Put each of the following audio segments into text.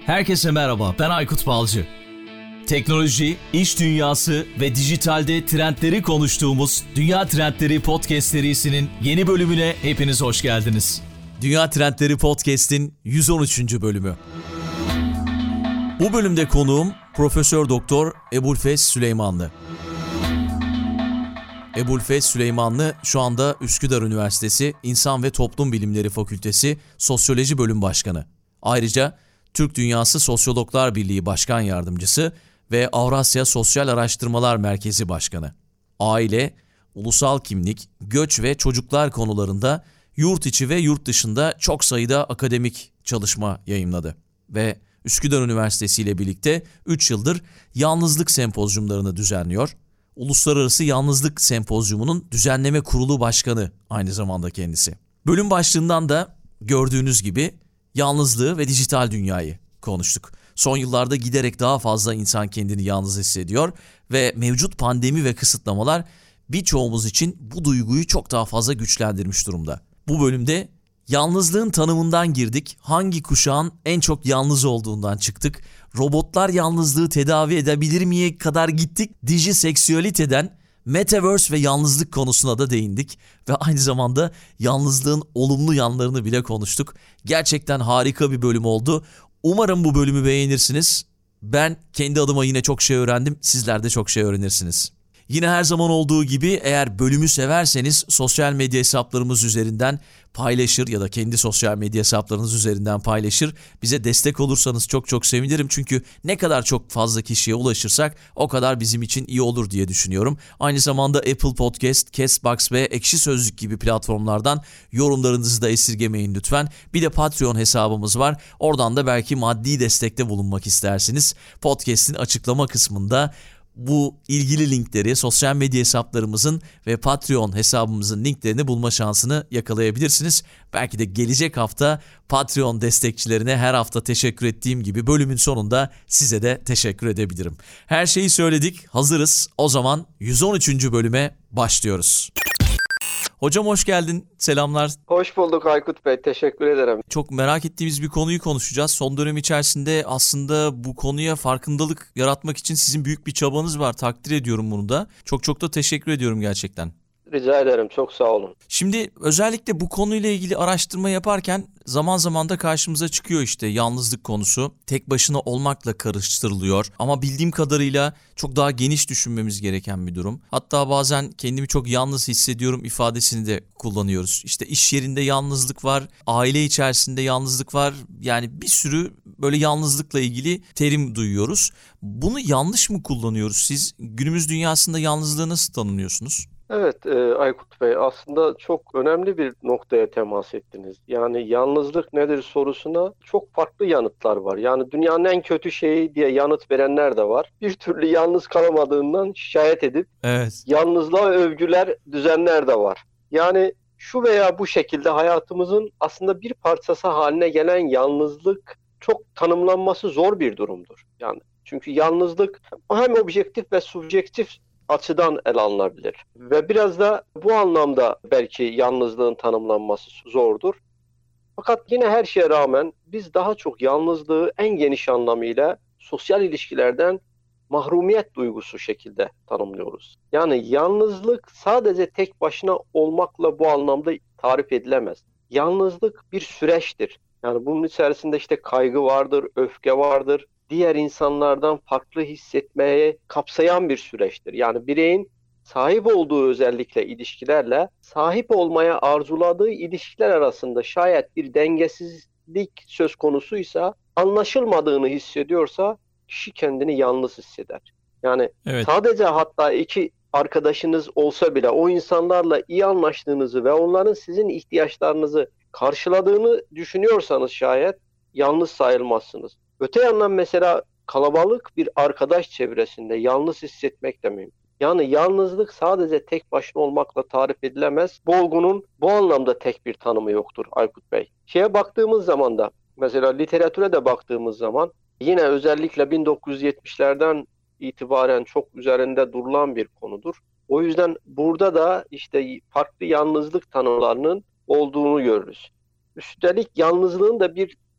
Herkese merhaba, ben Aykut Balcı. Teknoloji, iş dünyası ve dijitalde trendleri konuştuğumuz Dünya Trendleri Podcast serisinin yeni bölümüne hepiniz hoş geldiniz. Dünya Trendleri Podcast'in 113. bölümü. Bu bölümde konuğum Profesör Doktor Ebu'l-Fez Süleymanlı. Ebu'l-Fez Süleymanlı şu anda Üsküdar Üniversitesi İnsan ve Toplum Bilimleri Fakültesi Sosyoloji Bölüm Başkanı. Ayrıca Türk Dünyası Sosyologlar Birliği Başkan Yardımcısı ve Avrasya Sosyal Araştırmalar Merkezi Başkanı. Aile, ulusal kimlik, göç ve çocuklar konularında yurt içi ve yurt dışında çok sayıda akademik çalışma yayımladı. Ve Üsküdar Üniversitesi ile birlikte 3 yıldır yalnızlık sempozyumlarını düzenliyor. Uluslararası Yalnızlık Sempozyumu'nun düzenleme kurulu başkanı aynı zamanda kendisi. Bölüm başlığından da gördüğünüz gibi yalnızlığı ve dijital dünyayı konuştuk. Son yıllarda giderek daha fazla insan kendini yalnız hissediyor ve mevcut pandemi ve kısıtlamalar birçoğumuz için bu duyguyu çok daha fazla güçlendirmiş durumda. Bu bölümde yalnızlığın tanımından girdik, hangi kuşağın en çok yalnız olduğundan çıktık, robotlar yalnızlığı tedavi edebilir miye kadar gittik, dijiseksüaliteden Metaverse ve yalnızlık konusuna da değindik ve aynı zamanda yalnızlığın olumlu yanlarını bile konuştuk. Gerçekten harika bir bölüm oldu. Umarım bu bölümü beğenirsiniz. Ben kendi adıma yine çok şey öğrendim. Sizler de çok şey öğrenirsiniz. Yine her zaman olduğu gibi eğer bölümü severseniz sosyal medya hesaplarımız üzerinden paylaşır ya da kendi sosyal medya hesaplarınız üzerinden paylaşır. Bize destek olursanız çok çok sevinirim. Çünkü ne kadar çok fazla kişiye ulaşırsak o kadar bizim için iyi olur diye düşünüyorum. Aynı zamanda Apple Podcast, Castbox ve Ekşi Sözlük gibi platformlardan yorumlarınızı da esirgemeyin lütfen. Bir de Patreon hesabımız var. Oradan da belki maddi destekte bulunmak istersiniz. Podcast'in açıklama kısmında bu ilgili linkleri, sosyal medya hesaplarımızın ve Patreon hesabımızın linklerini bulma şansını yakalayabilirsiniz. Belki de gelecek hafta Patreon destekçilerine her hafta teşekkür ettiğim gibi bölümün sonunda size de teşekkür edebilirim. Her şeyi söyledik, hazırız. O zaman 113. bölüme başlıyoruz. Hocam hoş geldin, selamlar. Hoş bulduk Aykut Bey, teşekkür ederim. Çok merak ettiğimiz bir konuyu konuşacağız. Son dönem içerisinde aslında bu konuya farkındalık yaratmak için sizin büyük bir çabanız var. Takdir ediyorum bunu da. Çok çok da teşekkür ediyorum gerçekten. Rica ederim, çok sağ olun. Şimdi özellikle bu konuyla ilgili araştırma yaparken zaman zaman da karşımıza çıkıyor işte yalnızlık konusu. Tek başına olmakla karıştırılıyor ama bildiğim kadarıyla çok daha geniş düşünmemiz gereken bir durum. Hatta bazen kendimi çok yalnız hissediyorum ifadesini de kullanıyoruz. İşte iş yerinde yalnızlık var, aile içerisinde yalnızlık var. Yani bir sürü böyle yalnızlıkla ilgili terim duyuyoruz. Bunu yanlış mı kullanıyoruz siz? Günümüz dünyasında yalnızlığı nasıl tanımlıyorsunuz? Evet Aykut Bey, aslında çok önemli bir noktaya temas ettiniz. Yani yalnızlık nedir sorusuna çok farklı yanıtlar var. Yani dünyanın en kötü şeyi diye yanıt verenler de var. Bir türlü yalnız kalamadığından şikayet edip yalnızlığa övgüler düzenler de var. Yani şu veya bu şekilde hayatımızın aslında bir parçası haline gelen yalnızlık çok tanımlanması zor bir durumdur. Yani çünkü yalnızlık hem objektif ve subjektif açıdan ele alınabilir. Ve biraz da bu anlamda belki yalnızlığın tanımlanması zordur. Fakat yine her şeye rağmen biz daha çok yalnızlığı en geniş anlamıyla sosyal ilişkilerden mahrumiyet duygusu şekilde tanımlıyoruz. Yani yalnızlık sadece tek başına olmakla bu anlamda tarif edilemez. Yalnızlık bir süreçtir. Yani bunun içerisinde işte kaygı vardır, öfke vardır, diğer insanlardan farklı hissetmeye kapsayan bir süreçtir. Yani bireyin sahip olduğu özellikle ilişkilerle sahip olmaya arzuladığı ilişkiler arasında şayet bir dengesizlik söz konusuysa, anlaşılmadığını hissediyorsa kişi kendini yalnız hisseder. Yani sadece hatta iki arkadaşınız olsa bile o insanlarla iyi anlaştığınızı ve onların sizin ihtiyaçlarınızı karşıladığını düşünüyorsanız şayet yalnız sayılmazsınız. Öte yandan mesela kalabalık bir arkadaş çevresinde yalnız hissetmek de mümkün. Yani yalnızlık sadece tek başına olmakla tarif edilemez. Bu olgunun bu anlamda tek bir tanımı yoktur Aykut Bey. Şeye baktığımız zaman da mesela literatüre de baktığımız zaman yine özellikle 1970'lerden itibaren çok üzerinde durulan bir konudur. O yüzden burada da işte farklı yalnızlık tanımlarının olduğunu görürüz. Üstelik yalnızlığın da bir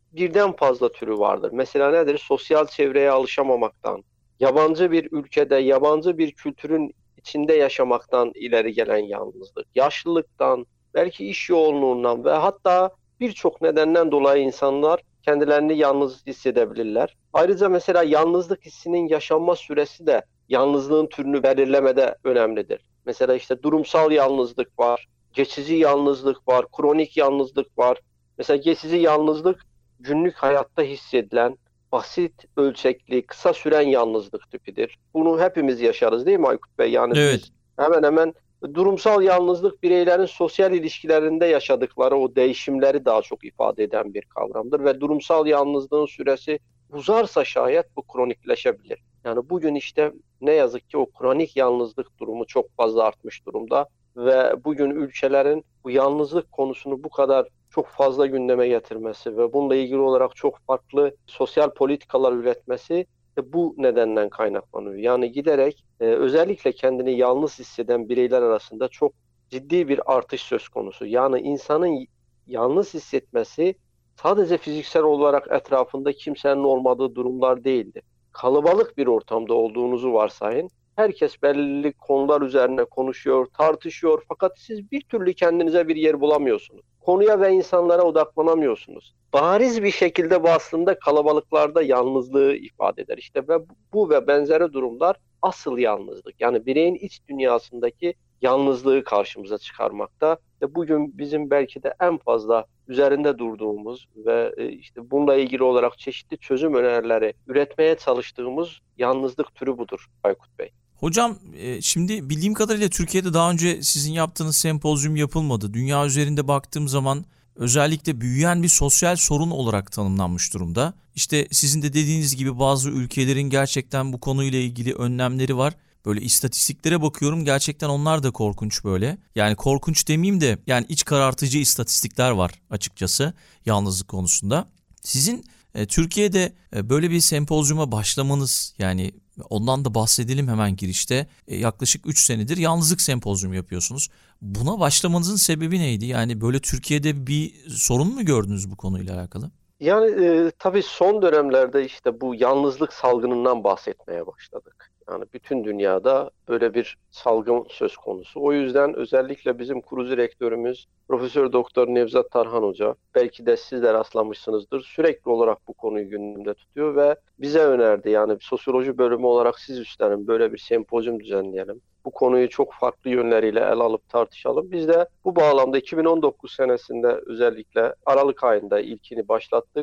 birden fazla türü vardır. Mesela nedir? Sosyal çevreye alışamamaktan, yabancı bir ülkede, yabancı bir kültürün içinde yaşamaktan ileri gelen yalnızlık, yaşlılıktan, belki iş yoğunluğundan ve hatta birçok nedenden dolayı insanlar kendilerini yalnız hissedebilirler. Ayrıca mesela yalnızlık hissinin yaşanma süresi de yalnızlığın türünü belirlemede önemlidir. Mesela işte durumsal yalnızlık var, geçici yalnızlık var, kronik yalnızlık var. Mesela geçici yalnızlık günlük hayatta hissedilen, basit ölçekli, kısa süren yalnızlık tipidir. Bunu hepimiz yaşarız değil mi Aykut Bey? Yani Evet. biz hemen hemen durumsal yalnızlık bireylerin sosyal ilişkilerinde yaşadıkları o değişimleri daha çok ifade eden bir kavramdır ve durumsal yalnızlığın süresi uzarsa şayet bu kronikleşebilir. Yani bugün işte ne yazık ki o kronik yalnızlık durumu çok fazla artmış durumda ve bugün ülkelerin bu yalnızlık konusunu bu kadar çok fazla gündeme getirmesi ve bununla ilgili olarak çok farklı sosyal politikalar üretmesi bu nedenden kaynaklanıyor. Yani giderek özellikle kendini yalnız hisseden bireyler arasında çok ciddi bir artış söz konusu. Yani insanın yalnız hissetmesi sadece fiziksel olarak etrafında kimsenin olmadığı durumlar değildir. Kalabalık bir ortamda olduğunuzu varsayın. Herkes belirli konular üzerine konuşuyor, tartışıyor fakat siz bir türlü kendinize bir yer bulamıyorsunuz. Konuya ve insanlara odaklanamıyorsunuz. Bariz bir şekilde bu aslında kalabalıklarda yalnızlığı ifade eder. İşte ve bu ve benzeri durumlar asıl yalnızlık. Yani bireyin iç dünyasındaki yalnızlığı karşımıza çıkarmakta. Ve bugün bizim belki de en fazla üzerinde durduğumuz ve işte bununla ilgili olarak çeşitli çözüm önerileri üretmeye çalıştığımız yalnızlık türü budur Aykut Bey. Hocam şimdi bildiğim kadarıyla Türkiye'de daha önce sizin yaptığınız sempozyum yapılmadı. Dünya üzerinde baktığım zaman özellikle büyüyen bir sosyal sorun olarak tanımlanmış durumda. İşte sizin de dediğiniz gibi bazı ülkelerin gerçekten bu konuyla ilgili önlemleri var. Böyle istatistiklere bakıyorum, gerçekten onlar da korkunç böyle. Yani korkunç demeyeyim de yani iç karartıcı istatistikler var açıkçası yalnızlık konusunda. Sizin Türkiye'de böyle bir sempozyuma başlamanız, yani ondan da bahsedelim hemen girişte. Yaklaşık 3 senedir yalnızlık sempozyumu yapıyorsunuz. Buna başlamanızın sebebi neydi? Yani böyle Türkiye'de bir sorun mu gördünüz bu konuyla alakalı? Yani tabii son dönemlerde işte bu yalnızlık salgınından bahsetmeye başladık. Yani bütün dünyada böyle bir salgın söz konusu. O yüzden özellikle bizim kurucu rektörümüz Profesör Doktor Nevzat Tarhan Hoca, belki de siz de rastlamışsınızdır, sürekli olarak bu konuyu gündemde tutuyor ve bize önerdi. Yani sosyoloji bölümü olarak siz üstlenin, böyle bir sempozyum düzenleyelim. Bu konuyu çok farklı yönleriyle ele alıp tartışalım. Biz de bu bağlamda 2019 senesinde özellikle Aralık ayında ilkini başlattık.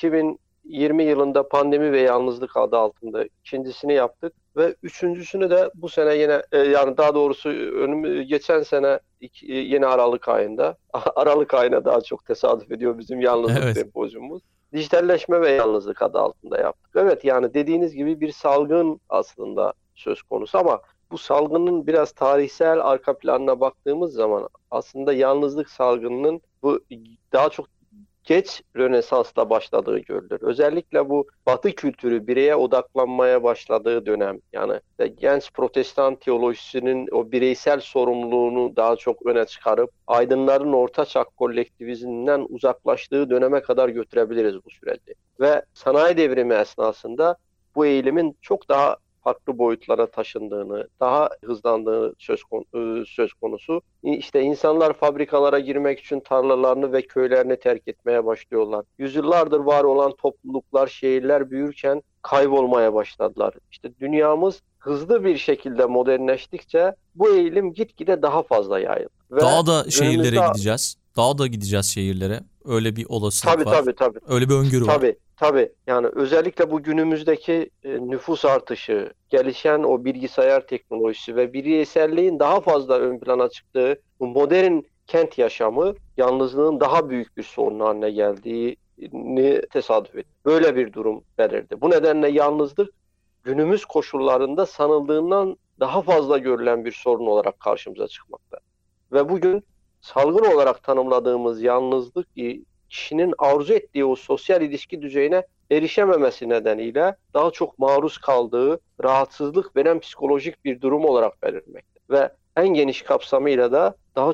2020 yılında pandemi ve yalnızlık adı altında ikincisini yaptık ve üçüncüsünü de bu sene yine yani daha doğrusu geçen sene yine Aralık ayında Aralık ayına daha çok tesadüf ediyor bizim yalnızlık Evet. sempozyumumuz. Dijitalleşme ve yalnızlık adı altında yaptık. Evet, yani dediğiniz gibi bir salgın aslında söz konusu ama bu salgının biraz tarihsel arka planına baktığımız zaman aslında yalnızlık salgınının bu daha çok geç Rönesans'ta başladığı görülür. Özellikle bu Batı kültürü bireye odaklanmaya başladığı dönem, yani genç Protestan teolojisinin o bireysel sorumluluğunu daha çok öne çıkarıp aydınların ortaçağ kolektivizminden uzaklaştığı döneme kadar götürebiliriz bu süreci. Ve sanayi devrimi esnasında bu eğilimin çok daha farklı boyutlara taşındığını, daha hızlandığını söz konusu. İşte insanlar fabrikalara girmek için tarlalarını ve köylerini terk etmeye başlıyorlar. Yüzyıllardır var olan topluluklar, şehirler büyürken kaybolmaya başladılar. İşte dünyamız hızlı bir şekilde modernleştikçe bu eğilim gitgide daha fazla yayıldı. Ve Daha da şehirlere önümüzde gideceğiz. Daha da gideceğiz şehirlere. Öyle bir olasılık tabii var. tabii tabii. Öyle bir öngörü var. Tabii. Yani özellikle bu günümüzdeki nüfus artışı, gelişen o bilgisayar teknolojisi ve bireyselliğin daha fazla ön plana çıktığı bu modern kent yaşamı yalnızlığın daha büyük bir sorun haline geldiğini tesadüf etti. Böyle bir durum belirdi. Bu nedenle yalnızlık günümüz koşullarında sanıldığından daha fazla görülen bir sorun olarak karşımıza çıkmakta. Ve bugün salgın olarak tanımladığımız yalnızlık kişinin arzu ettiği o sosyal ilişki düzeyine erişememesi nedeniyle daha çok maruz kaldığı rahatsızlık veren psikolojik bir durum olarak belirmekte. Ve en geniş kapsamıyla da daha çok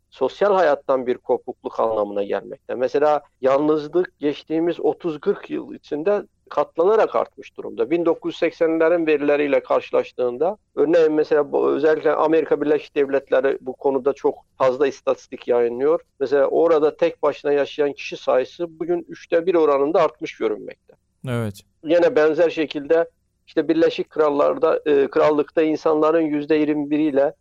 sosyal hayattan bir kopukluk anlamına gelmekte. Mesela yalnızlık geçtiğimiz 30-40 yıl içinde katlanarak artmış durumda. 1980'lerin verileriyle karşılaştığında örneğin mesela özellikle Amerika Birleşik Devletleri bu konuda çok fazla istatistik yayınlıyor. Mesela orada tek başına yaşayan kişi sayısı bugün 1/3 oranında artmış görünmekte. Evet. Yine benzer şekilde işte Birleşik Krallık'ta insanların %21 ile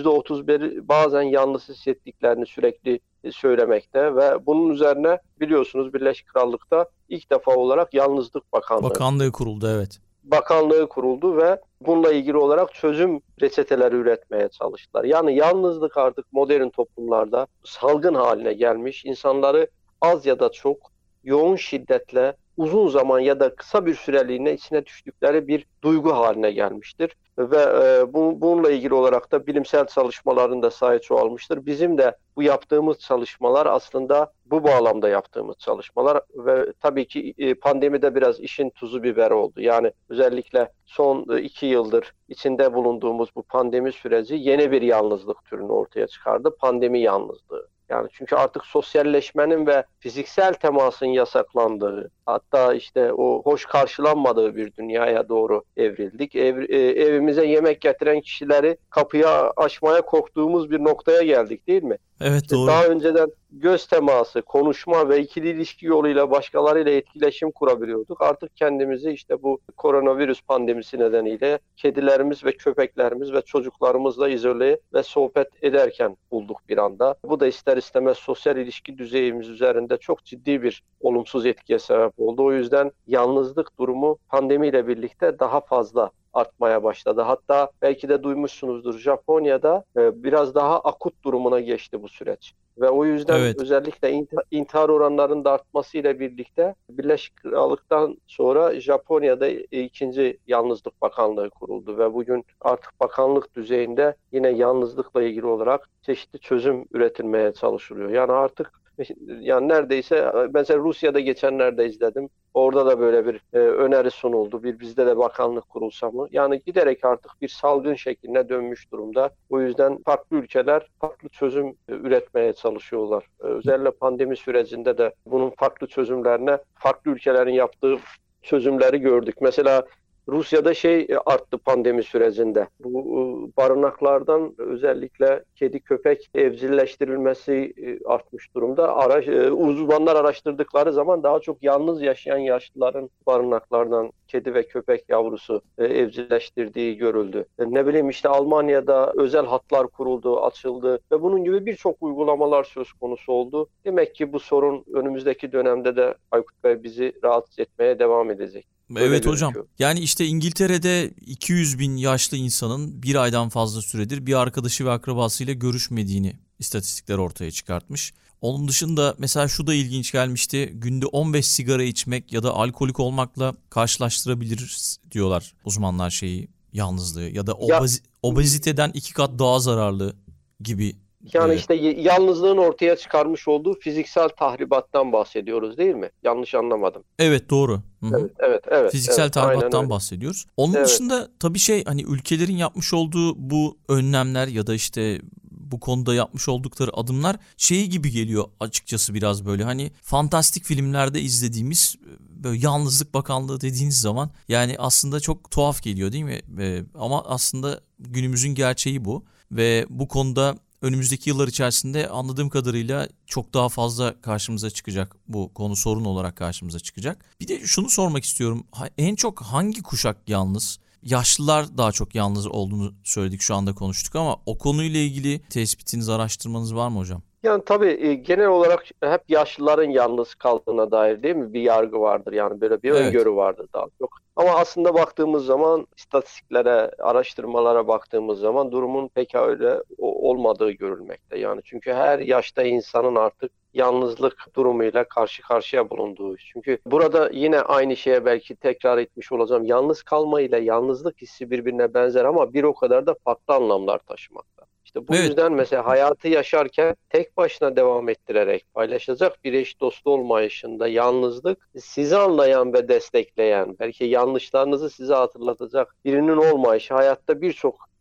%31 bazen yalnız hissettiklerini sürekli söylemekte ve bunun üzerine biliyorsunuz Birleşik Krallık'ta ilk defa olarak Yalnızlık Bakanlığı kuruldu, evet. Bakanlığı kuruldu ve bununla ilgili olarak çözüm reçeteleri üretmeye çalıştılar. Yani yalnızlık artık modern toplumlarda salgın haline gelmiş, insanları az ya da çok yoğun şiddetle uzun zaman ya da kısa bir süreliğine içine düştükleri bir duygu haline gelmiştir. Ve bununla ilgili olarak da bilimsel çalışmaların da sayı çoğalmıştır. Bizim de bu yaptığımız çalışmalar aslında bu bağlamda yaptığımız çalışmalar ve tabii ki pandemide biraz işin tuzu biberi oldu. Yani özellikle son 2 yıldır içinde bulunduğumuz bu pandemi süreci yeni bir yalnızlık türünü ortaya çıkardı. Pandemi yalnızlığı. Yani çünkü artık sosyalleşmenin ve fiziksel temasın yasaklandığı, hatta işte o hoş karşılanmadığı bir dünyaya doğru evrildik. Evimize yemek getiren kişileri kapıya açmaya korktuğumuz bir noktaya geldik, değil mi? Evet, İşte doğru. daha önceden göz teması, konuşma ve ikili ilişki yoluyla başkalarıyla etkileşim kurabiliyorduk. Artık kendimizi işte bu koronavirüs pandemisi nedeniyle kedilerimiz ve köpeklerimiz ve çocuklarımızla izole ve sohbet ederken bulduk bir anda. Bu da ister istemez sosyal ilişki düzeyimiz üzerinde çok ciddi bir olumsuz etkiye sebep oldu. O yüzden yalnızlık durumu pandemiyle birlikte daha fazla artmaya başladı. Hatta belki de duymuşsunuzdur, Japonya'da biraz daha akut durumuna geçti bu süreç. Ve o yüzden Evet. özellikle intihar oranlarının da artmasıyla birlikte Birleşik Krallık'tan sonra Japonya'da ikinci Yalnızlık Bakanlığı kuruldu ve bugün artık bakanlık düzeyinde yine yalnızlıkla ilgili olarak çeşitli çözüm üretilmeye çalışılıyor. Yani artık yani neredeyse mesela Rusya'da geçenlerde izledim. Orada da böyle bir öneri sunuldu. Bizde de bakanlık kurulsa mı? Yani giderek artık bir salgın şekline dönmüş durumda. O yüzden farklı ülkeler farklı çözüm üretmeye çalışıyorlar. Özellikle pandemi sürecinde de bunun farklı çözümlerine farklı ülkelerin yaptığı çözümleri gördük. Mesela Rusya'da arttı pandemi sürecinde. Bu barınaklardan özellikle kedi köpek evcilleştirilmesi artmış durumda. Uzmanlar araştırdıkları zaman daha çok yalnız yaşayan yaşlıların barınaklardan kedi ve köpek yavrusu evcilleştirdiği görüldü. Ne bileyim işte Almanya'da özel hatlar kuruldu, açıldı ve bunun gibi birçok uygulamalar söz konusu oldu. Demek ki bu sorun önümüzdeki dönemde de Aykut Bey bizi rahatsız etmeye devam edecek. Evet hocam. Yani işte İngiltere'de 200 bin yaşlı insanın bir aydan fazla süredir bir arkadaşı ve akrabasıyla görüşmediğini istatistikler ortaya çıkartmış. Onun dışında mesela şu da ilginç gelmişti. Günde 15 sigara içmek ya da alkolik olmakla karşılaştırabiliriz diyorlar uzmanlar yalnızlığı ya da obeziteden 2 kat daha zararlı gibi. Yani işte yalnızlığın ortaya çıkarmış olduğu fiziksel tahribattan bahsediyoruz, değil mi? Yanlış anlamadım. Evet, doğru. Hı-hı. Evet. Fiziksel tahribattan bahsediyoruz. Onun dışında tabii hani ülkelerin yapmış olduğu bu önlemler ya da işte bu konuda yapmış oldukları adımlar gibi geliyor açıkçası, biraz böyle hani fantastik filmlerde izlediğimiz böyle yalnızlık bakanlığı dediğiniz zaman yani aslında çok tuhaf geliyor, değil mi? Ama aslında günümüzün gerçeği bu ve bu konuda önümüzdeki yıllar içerisinde anladığım kadarıyla çok daha fazla karşımıza çıkacak, bu konu sorun olarak karşımıza çıkacak. Bir de şunu sormak istiyorum, en çok hangi kuşak yalnız? Yaşlılar daha çok yalnız olduğunu söyledik, şu anda konuştuk ama o konuyla ilgili tespitiniz, araştırmanız var mı hocam? Yani tabii genel olarak hep yaşlıların yalnız kaldığına dair, değil mi? Bir yargı vardır, yani böyle bir öngörü vardır daha çok. Ama aslında baktığımız zaman istatistiklere, araştırmalara baktığımız zaman durumun pek öyle olmadığı görülmekte. Yani çünkü her yaşta insanın artık yalnızlık durumuyla karşı karşıya bulunduğu. Çünkü burada yine aynı şeye belki tekrar etmiş olacağım. Yalnız kalma ile yalnızlık hissi birbirine benzer ama bir o kadar da farklı anlamlar taşımakta. İşte bu yüzden mesela hayatı yaşarken tek başına devam ettirerek paylaşacak bir eş dost olmayışında yalnızlık, sizi anlayan ve destekleyen, belki yanlışlarınızı size hatırlatacak birinin olmayışı hayatta birçok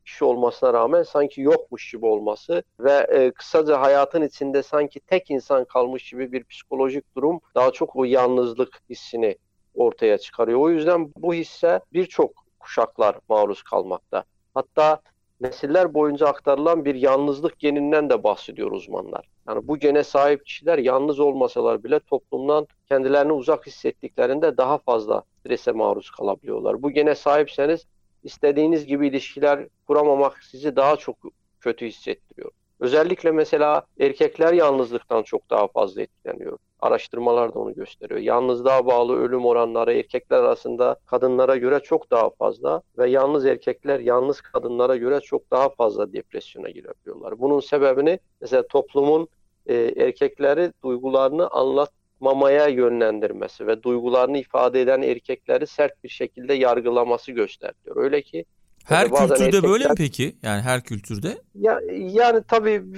kişi olmasına rağmen sanki yokmuş gibi olması ve kısaca hayatın içinde sanki tek insan kalmış gibi bir psikolojik durum daha çok o yalnızlık hissini ortaya çıkarıyor. O yüzden bu hisse birçok kuşaklar maruz kalmakta. Hatta nesiller boyunca aktarılan bir yalnızlık geninden de bahsediyor uzmanlar. Yani bu gene sahip kişiler yalnız olmasalar bile toplumdan kendilerini uzak hissettiklerinde daha fazla strese maruz kalabiliyorlar. Bu gene sahipseniz istediğiniz gibi ilişkiler kuramamak sizi daha çok kötü hissettiriyor. Özellikle mesela erkekler yalnızlıktan çok daha fazla etkileniyor. Araştırmalar da onu gösteriyor. Yalnızlığa bağlı ölüm oranları erkekler arasında kadınlara göre çok daha fazla ve yalnız erkekler yalnız kadınlara göre çok daha fazla depresyona girebiliyorlar. Bunun sebebini mesela toplumun erkekleri duygularını anlatmamaya yönlendirmesi ve duygularını ifade eden erkekleri sert bir şekilde yargılaması gösteriyor. Öyle ki Her bazen kültürde böyle mi erkekler peki? Yani her kültürde? yani tabii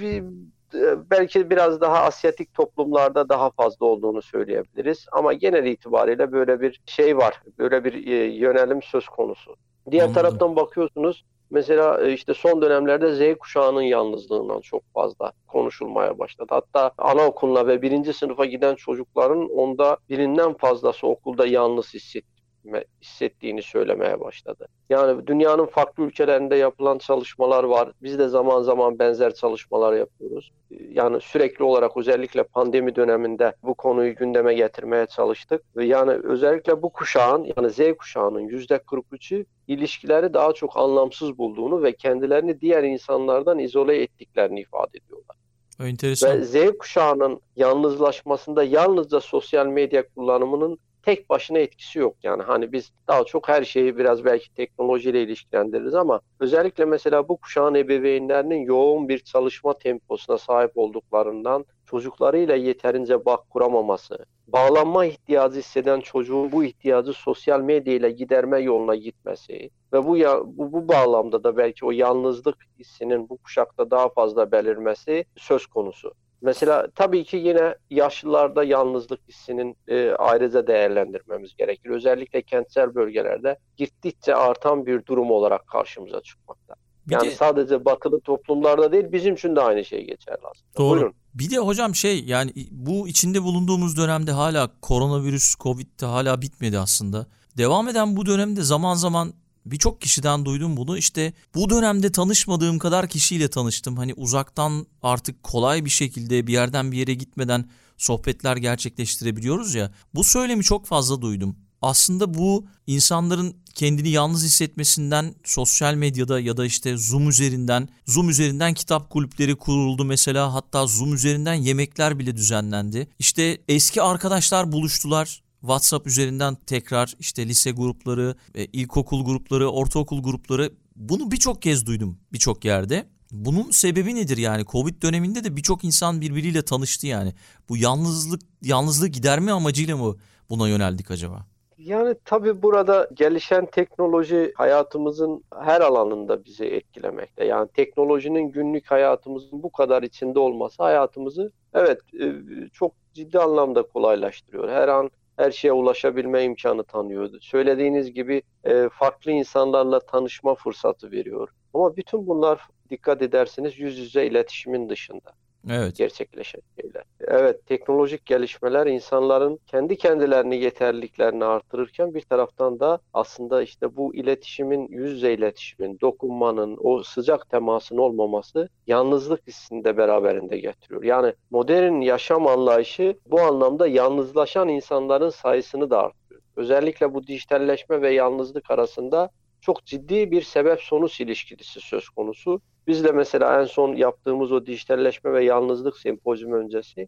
belki biraz daha Asyatik toplumlarda daha fazla olduğunu söyleyebiliriz. Ama genel itibariyle böyle bir şey var. Böyle bir yönelim söz konusu. Diğer Anladım. taraftan bakıyorsunuz mesela işte son dönemlerde Z kuşağının yalnızlığından çok fazla konuşulmaya başladı. Hatta anaokuluna ve birinci sınıfa giden çocukların onda birinden fazlası okulda yalnız hissettiğini söylemeye başladı. Yani dünyanın farklı ülkelerinde yapılan çalışmalar var. Biz de zaman zaman benzer çalışmalar yapıyoruz. Yani sürekli olarak özellikle pandemi döneminde bu konuyu gündeme getirmeye çalıştık. Ve yani özellikle bu kuşağın yani Z kuşağının %43'ü ilişkileri daha çok anlamsız bulduğunu ve kendilerini diğer insanlardan izole ettiklerini ifade ediyorlar. Enteresan. Ve Z kuşağının yalnızlaşmasında yalnızca sosyal medya kullanımının tek başına etkisi yok. Yani hani biz daha çok her şeyi biraz belki teknolojiyle ilişkilendiririz ama özellikle mesela bu kuşağın ebeveynlerinin yoğun bir çalışma temposuna sahip olduklarından çocuklarıyla yeterince bağ kuramaması, bağlanma ihtiyacı hisseden çocuğun bu ihtiyacı sosyal medya ile giderme yoluna gitmesi ve bu bağlamda da belki o yalnızlık hissinin bu kuşakta daha fazla belirmesi söz konusu. Mesela tabii ki yine yaşlılarda yalnızlık hissinin ayrıca değerlendirmemiz gerekir. Özellikle kentsel bölgelerde gittikçe artan bir durum olarak karşımıza çıkmakta. Bir Yani de sadece batılı toplumlarda değil bizim için de aynı şey geçerli aslında. doğru. Buyurun. Bir de hocam yani bu içinde bulunduğumuz dönemde hala koronavirüs, Covid de hala bitmedi aslında. Devam eden bu dönemde zaman zaman birçok kişiden duydum bunu. İşte bu dönemde tanışmadığım kadar kişiyle tanıştım. Hani uzaktan artık kolay bir şekilde bir yerden bir yere gitmeden sohbetler gerçekleştirebiliyoruz ya. Bu söylemi çok fazla duydum. Aslında bu insanların kendini yalnız hissetmesinden sosyal medyada ya da işte Zoom üzerinden kitap kulüpleri kuruldu mesela, hatta Zoom üzerinden yemekler bile düzenlendi. İşte eski arkadaşlar buluştular. WhatsApp üzerinden tekrar işte lise grupları, ilkokul grupları, ortaokul grupları, bunu birçok kez duydum birçok yerde. Bunun sebebi nedir yani? Covid döneminde de birçok insan birbiriyle tanıştı yani. Bu yalnızlığı giderme amacıyla mı buna yöneldik acaba? Yani tabii burada gelişen teknoloji hayatımızın her alanında bizi etkilemekte. Yani teknolojinin günlük hayatımızın bu kadar içinde olması hayatımızı evet çok ciddi anlamda kolaylaştırıyor. Her an her şeye ulaşabilme imkanı tanıyor. Söylediğiniz gibi farklı insanlarla tanışma fırsatı veriyor. Ama bütün bunlar dikkat ederseniz yüz yüze iletişimin dışında Evet. gerçekleşen şeyler. Evet, teknolojik gelişmeler insanların kendi kendilerini yeterliliklerini artırırken bir taraftan da aslında işte bu iletişimin, yüz yüze iletişimin, dokunmanın, o sıcak temasın olmaması yalnızlık hissini de beraberinde getiriyor. Yani modern yaşam anlayışı bu anlamda yalnızlaşan insanların sayısını da artırıyor. Özellikle bu dijitalleşme ve yalnızlık arasında çok ciddi bir sebep-sonuç ilişkisi söz konusu. Biz de mesela en son yaptığımız o dijitalleşme ve yalnızlık sempozyumu öncesi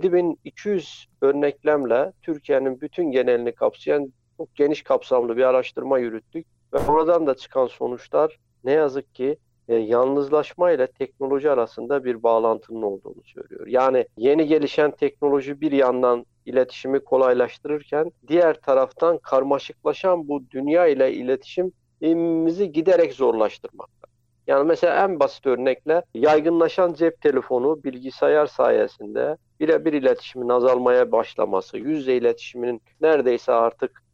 7200 örneklemle Türkiye'nin bütün genelini kapsayan çok geniş kapsamlı bir araştırma yürüttük. Ve oradan da çıkan sonuçlar ne yazık ki yalnızlaşma ile teknoloji arasında bir bağlantının olduğunu söylüyor. Yani yeni gelişen teknoloji bir yandan iletişimi kolaylaştırırken diğer taraftan karmaşıklaşan bu dünya ile iletişimimizi giderek zorlaştırmak. Yani mesela en basit örnekle yaygınlaşan cep telefonu, bilgisayar sayesinde birebir iletişimin azalmaya başlaması, yüz yüze iletişiminin neredeyse artık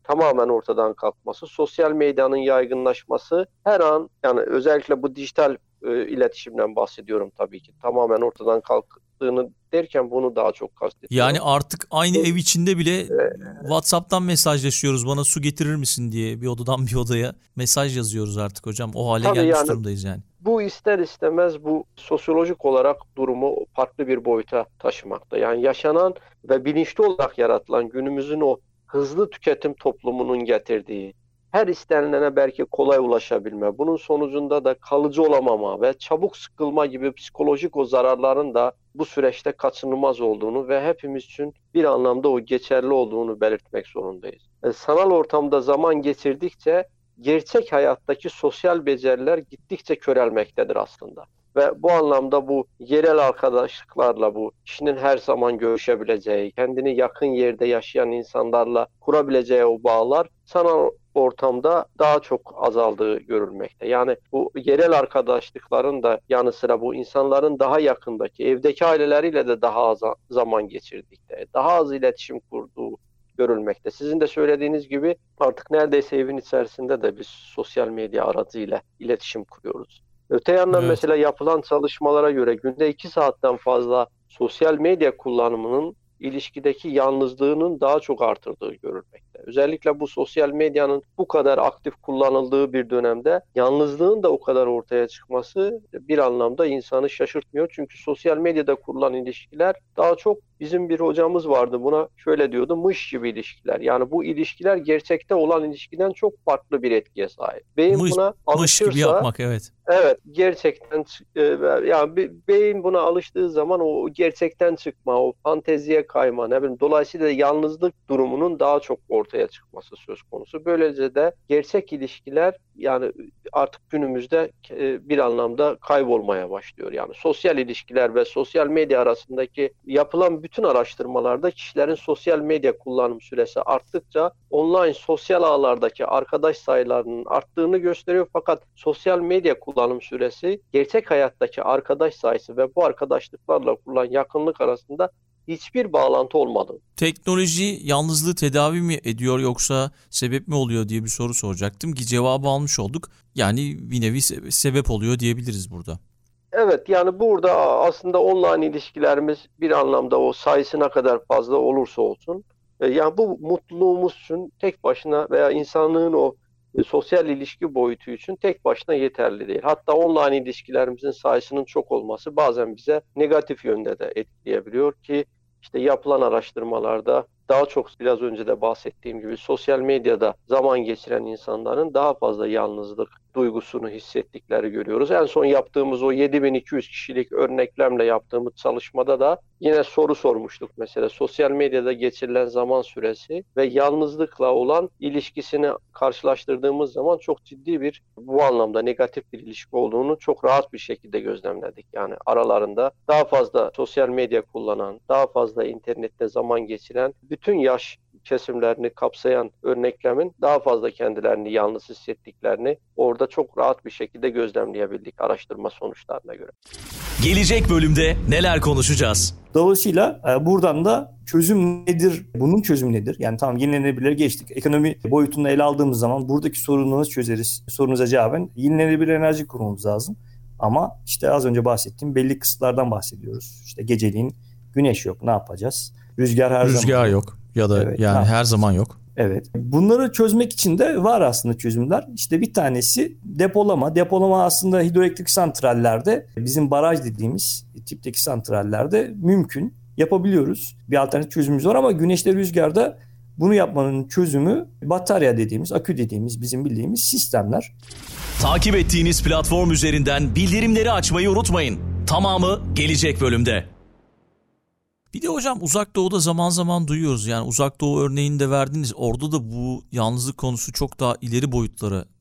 tamamen ortadan kalkması, sosyal medyanın yaygınlaşması her an, yani özellikle bu dijital iletişimden bahsediyorum tabii ki. Tamamen ortadan kalktığını derken bunu daha çok kastediyorum. Yani artık aynı ev içinde bile WhatsApp'tan mesajlaşıyoruz. Bana su getirir misin diye bir odadan bir odaya mesaj yazıyoruz artık hocam. O hale gelmiş durumdayız yani. Bu ister istemez bu sosyolojik olarak durumu farklı bir boyuta taşımakta. Yani yaşanan ve bilinçli olarak yaratılan günümüzün o hızlı tüketim toplumunun getirdiği, her istenilene belki kolay ulaşabilme, bunun sonucunda da kalıcı olamama ve çabuk sıkılma gibi psikolojik o zararların da bu süreçte kaçınılmaz olduğunu ve hepimiz için bir anlamda o geçerli olduğunu belirtmek zorundayız. Sanal ortamda zaman geçirdikçe gerçek hayattaki sosyal beceriler gittikçe körelmektedir aslında. Ve bu anlamda bu yerel arkadaşlıklarla, bu kişinin her zaman görüşebileceği, kendini yakın yerde yaşayan insanlarla kurabileceği o bağlar sanal ortamda daha çok azaldığı görülmekte. Yani bu yerel arkadaşlıkların da yanı sıra bu insanların daha yakındaki, evdeki aileleriyle de daha az zaman geçirdikleri, daha az iletişim kurduğu görülmekte. Sizin de söylediğiniz gibi artık neredeyse evin içerisinde de biz sosyal medya aracıyla iletişim kuruyoruz. Öte yandan mesela yapılan çalışmalara göre günde 2 saatten fazla sosyal medya kullanımının ilişkideki yalnızlığının daha çok artırdığı görülmekte. Özellikle bu sosyal medyanın bu kadar aktif kullanıldığı bir dönemde yalnızlığın da o kadar ortaya çıkması bir anlamda insanı şaşırtmıyor. Çünkü sosyal medyada kurulan ilişkiler daha çok, bizim bir hocamız vardı, buna şöyle diyordu, mış gibi ilişkiler. Yani bu ilişkiler gerçekte olan ilişkiden çok farklı bir etkiye sahip. Beyin buna alışırsa, mış gibi yapmak, evet. Evet, gerçekten yani beyin buna alıştığı zaman o gerçekten çıkma, o fanteziye kayma, ne bileyim, dolayısıyla yalnızlık durumunun daha çok ortaya çıkması söz konusu. Böylece de gerçek ilişkiler yani artık günümüzde bir anlamda kaybolmaya başlıyor. Yani sosyal ilişkiler ve sosyal medya arasındaki yapılan bütün araştırmalarda kişilerin sosyal medya kullanım süresi arttıkça online sosyal ağlardaki arkadaş sayılarının arttığını gösteriyor. Fakat sosyal medya kullanım süresi gerçek hayattaki arkadaş sayısı ve bu arkadaşlıklarla kurulan yakınlık arasında hiçbir bağlantı olmadı. Teknoloji yalnızlığı tedavi mi ediyor yoksa sebep mi oluyor diye bir soru soracaktım ki cevabı almış olduk. Yani bir nevi sebep oluyor diyebiliriz burada. Evet, yani burada aslında online ilişkilerimiz bir anlamda o sayısı ne kadar fazla olursa olsun, yani bu mutluluğumuz için tek başına veya insanlığın o sosyal ilişki boyutu için tek başına yeterli değil. Hatta online ilişkilerimizin sayısının çok olması bazen bize negatif yönde de etkileyebiliyor ki işte yapılan araştırmalarda daha çok, biraz önce de bahsettiğim gibi, sosyal medyada zaman geçiren insanların daha fazla yalnızlık duygusunu hissettikleri görüyoruz. En son yaptığımız o 7200 kişilik örneklemle yaptığımız çalışmada da yine soru sormuştuk mesela. Sosyal medyada geçirilen zaman süresi ve yalnızlıkla olan ilişkisini karşılaştırdığımız zaman çok ciddi bir, bu anlamda negatif bir ilişki olduğunu çok rahat bir şekilde gözlemledik. Yani aralarında daha fazla sosyal medya kullanan, daha fazla internette zaman geçiren, bütün yaş kesimlerini kapsayan örneklemin daha fazla kendilerini yalnız hissettiklerini orada çok rahat bir şekilde gözlemleyebildik araştırma sonuçlarına göre. Gelecek bölümde neler konuşacağız? Dolayısıyla buradan da çözüm nedir? Bunun çözümü nedir? Yani tamam, yenilenebilir geçtik. Ekonomi boyutunu ele aldığımız zaman buradaki sorunu nasıl çözeriz? Sorunuza cevaben yenilenebilir enerji kurmamız lazım. Ama işte az önce bahsettiğim belli kısıtlardan bahsediyoruz. İşte geceliğin güneş yok, ne yapacağız? Rüzgar yok ya da evet, yani her zaman yok. Evet. Bunları çözmek için de var aslında çözümler. İşte bir tanesi depolama. Depolama aslında hidroelektrik santrallerde, bizim baraj dediğimiz tipteki santrallerde mümkün. Yapabiliyoruz. Bir alternatif çözümümüz var ama güneşte, rüzgarda bunu yapmanın çözümü batarya dediğimiz, akü dediğimiz, bizim bildiğimiz sistemler. Takip ettiğiniz platform üzerinden bildirimleri açmayı unutmayın. Tamamı gelecek bölümde. Bir de hocam Uzak Doğu'da zaman zaman duyuyoruz. Yani Uzak Doğu örneğini de verdiniz. Orada da bu yalnızlık konusu çok daha ileri boyutlara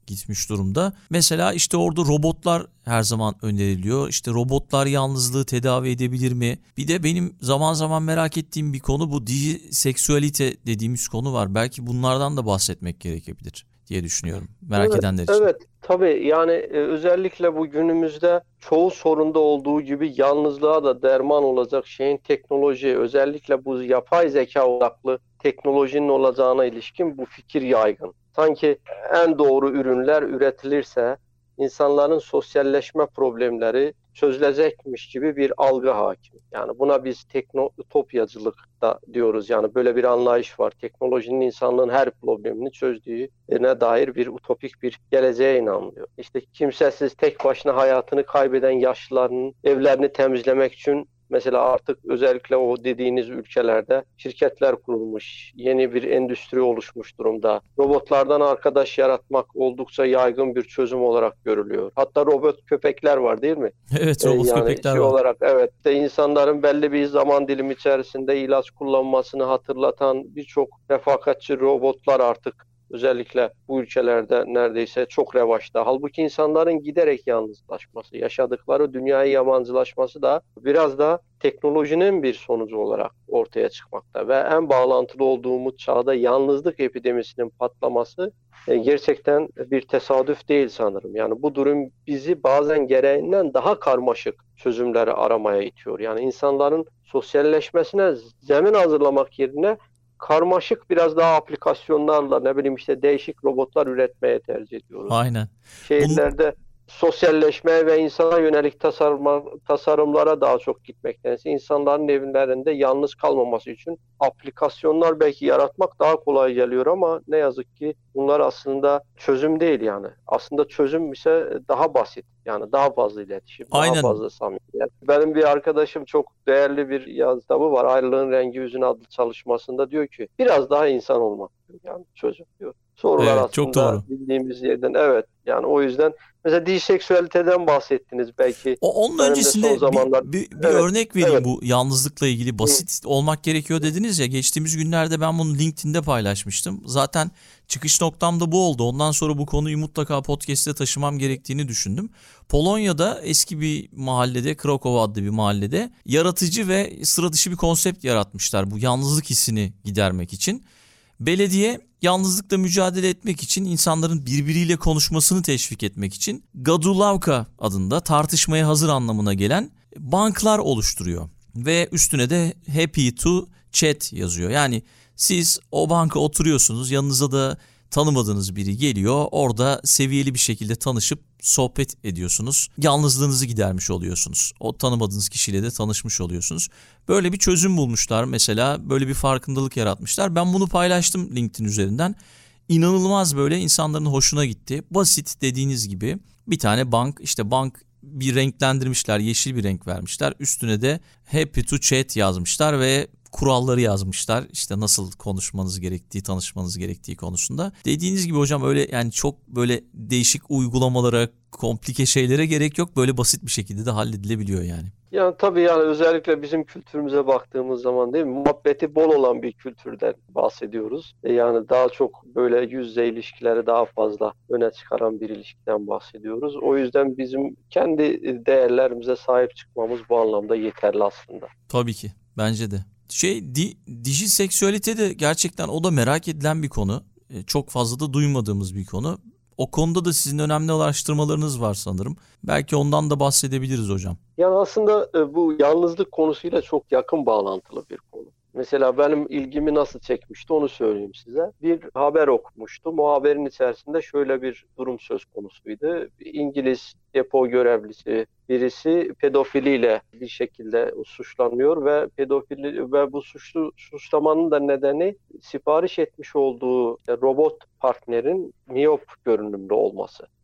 gitmiş durumda. Mesela işte orada robotlar her zaman öneriliyor. İşte robotlar yalnızlığı tedavi edebilir mi? Bir de benim zaman zaman merak ettiğim bir konu, bu dijiseksüalite dediğimiz konu var. Belki bunlardan da bahsetmek gerekebilir diye düşünüyorum merak edenler için. Evet, tabii yani özellikle bu günümüzde çoğu sorunda olduğu gibi yalnızlığa da derman olacak şeyin teknoloji, özellikle bu yapay zeka odaklı teknolojinin olacağına ilişkin bu fikir yaygın. Sanki en doğru ürünler üretilirse insanların sosyalleşme problemleri çözülecekmiş gibi bir algı hakim. Yani buna biz teknotopyacılık da diyoruz. Yani böyle bir anlayış var. Teknolojinin insanlığın her problemini çözdüğüne dair bir utopik bir geleceğe inanılıyor. İşte kimsesiz, tek başına hayatını kaybeden yaşlıların evlerini temizlemek için mesela artık özellikle o dediğiniz ülkelerde şirketler kurulmuş, yeni bir endüstri oluşmuş durumda. Robotlardan arkadaş yaratmak oldukça yaygın bir çözüm olarak görülüyor. Hatta robot köpekler var, değil mi? Evet, robot Yani köpekler şey var. olarak evet de insanların belli bir zaman dilimi içerisinde ilaç kullanmasını hatırlatan birçok refakatçi robotlar artık özellikle bu ülkelerde neredeyse çok revaçta. Halbuki insanların giderek yalnızlaşması, yaşadıkları dünyaya yabancılaşması da biraz da teknolojinin bir sonucu olarak ortaya çıkmakta. Ve en bağlantılı olduğumuz çağda yalnızlık epidemisinin patlaması gerçekten bir tesadüf değil sanırım. Yani bu durum bizi bazen gereğinden daha karmaşık çözümleri aramaya itiyor. Yani insanların sosyalleşmesine zemin hazırlamak yerine karmaşık biraz daha aplikasyonlarla ne bileyim işte değişik robotlar üretmeye tercih ediyoruz. Aynen. Şehirlerde sosyalleşmeye ve insana yönelik tasarımlara daha çok gitmektense insanların evlerinde yalnız kalmaması için aplikasyonlar belki yaratmak daha kolay geliyor ama ne yazık ki bunlar aslında çözüm değil yani. Aslında çözüm ise daha basit. Yani daha fazla iletişim, daha Aynen. fazla samimiyet. Benim bir arkadaşım çok değerli bir yazı kitabı var. Ayrılığın Rengi Yüzün adlı çalışmasında diyor ki biraz daha insan olmak diyor. Yani çözüm diyor. Sorular Evet, çok aslında doğru. bildiğimiz yerden. Evet. Yani o yüzden mesela dijiseksüaliteden bahsettiniz belki. Onun Benim de son öncesinde zamanlar bir evet, örnek vereyim, evet. bu yalnızlıkla ilgili. Basit olmak gerekiyor dediniz ya, geçtiğimiz günlerde ben bunu LinkedIn'de paylaşmıştım. Zaten çıkış noktam da bu oldu. Ondan sonra bu konuyu mutlaka podcast'te taşımam gerektiğini düşündüm. Polonya'da eski bir mahallede, Krakow adlı bir mahallede yaratıcı ve sıra dışı bir konsept yaratmışlar bu yalnızlık hissini gidermek için. Belediye yalnızlıkla mücadele etmek için, insanların birbiriyle konuşmasını teşvik etmek için Gadulavka adında tartışmaya hazır anlamına gelen banklar oluşturuyor. Ve üstüne de happy to chat yazıyor. Yani siz o banka oturuyorsunuz, yanınıza da tanımadığınız biri geliyor. Orada seviyeli bir şekilde tanışıp sohbet ediyorsunuz. Yalnızlığınızı gidermiş oluyorsunuz. O tanımadığınız kişiyle de tanışmış oluyorsunuz. Böyle bir çözüm bulmuşlar mesela. Böyle bir farkındalık yaratmışlar. Ben bunu paylaştım LinkedIn üzerinden. İnanılmaz böyle insanların hoşuna gitti. Basit, dediğiniz gibi bir tane bank, işte bank bir renklendirmişler, yeşil bir renk vermişler. Üstüne de happy to chat yazmışlar ve kuralları yazmışlar. İşte nasıl konuşmanız gerektiği, tanışmanız gerektiği konusunda. Dediğiniz gibi hocam, öyle yani çok böyle değişik uygulamalara, komplike şeylere gerek yok. Böyle basit bir şekilde de halledilebiliyor yani. Yani tabii yani özellikle bizim kültürümüze baktığımız zaman değil mi? Muhabbeti bol olan bir kültürden bahsediyoruz. Yani daha çok böyle yüz yüze ilişkileri daha fazla öne çıkaran bir ilişkiden bahsediyoruz. O yüzden bizim kendi değerlerimize sahip çıkmamız bu anlamda yeterli aslında. Tabii ki. Bence de. Dijiseksüalite de gerçekten, o da merak edilen bir konu. Çok fazla da duymadığımız bir konu. O konuda da sizin önemli araştırmalarınız var sanırım. Belki ondan da bahsedebiliriz hocam. Yani aslında bu yalnızlık konusuyla çok yakın bağlantılı bir konu. Mesela benim ilgimi nasıl çekmişti onu söyleyeyim size. Bir haber okumuştum. O haberin içerisinde şöyle bir durum söz konusuydu. İngiliz depo görevlisi birisi pedofiliyle bir şekilde suçlanıyor ve pedofili ve bu suçlamanın da nedeni sipariş etmiş olduğu robot partnerin miyop görünümlü olması.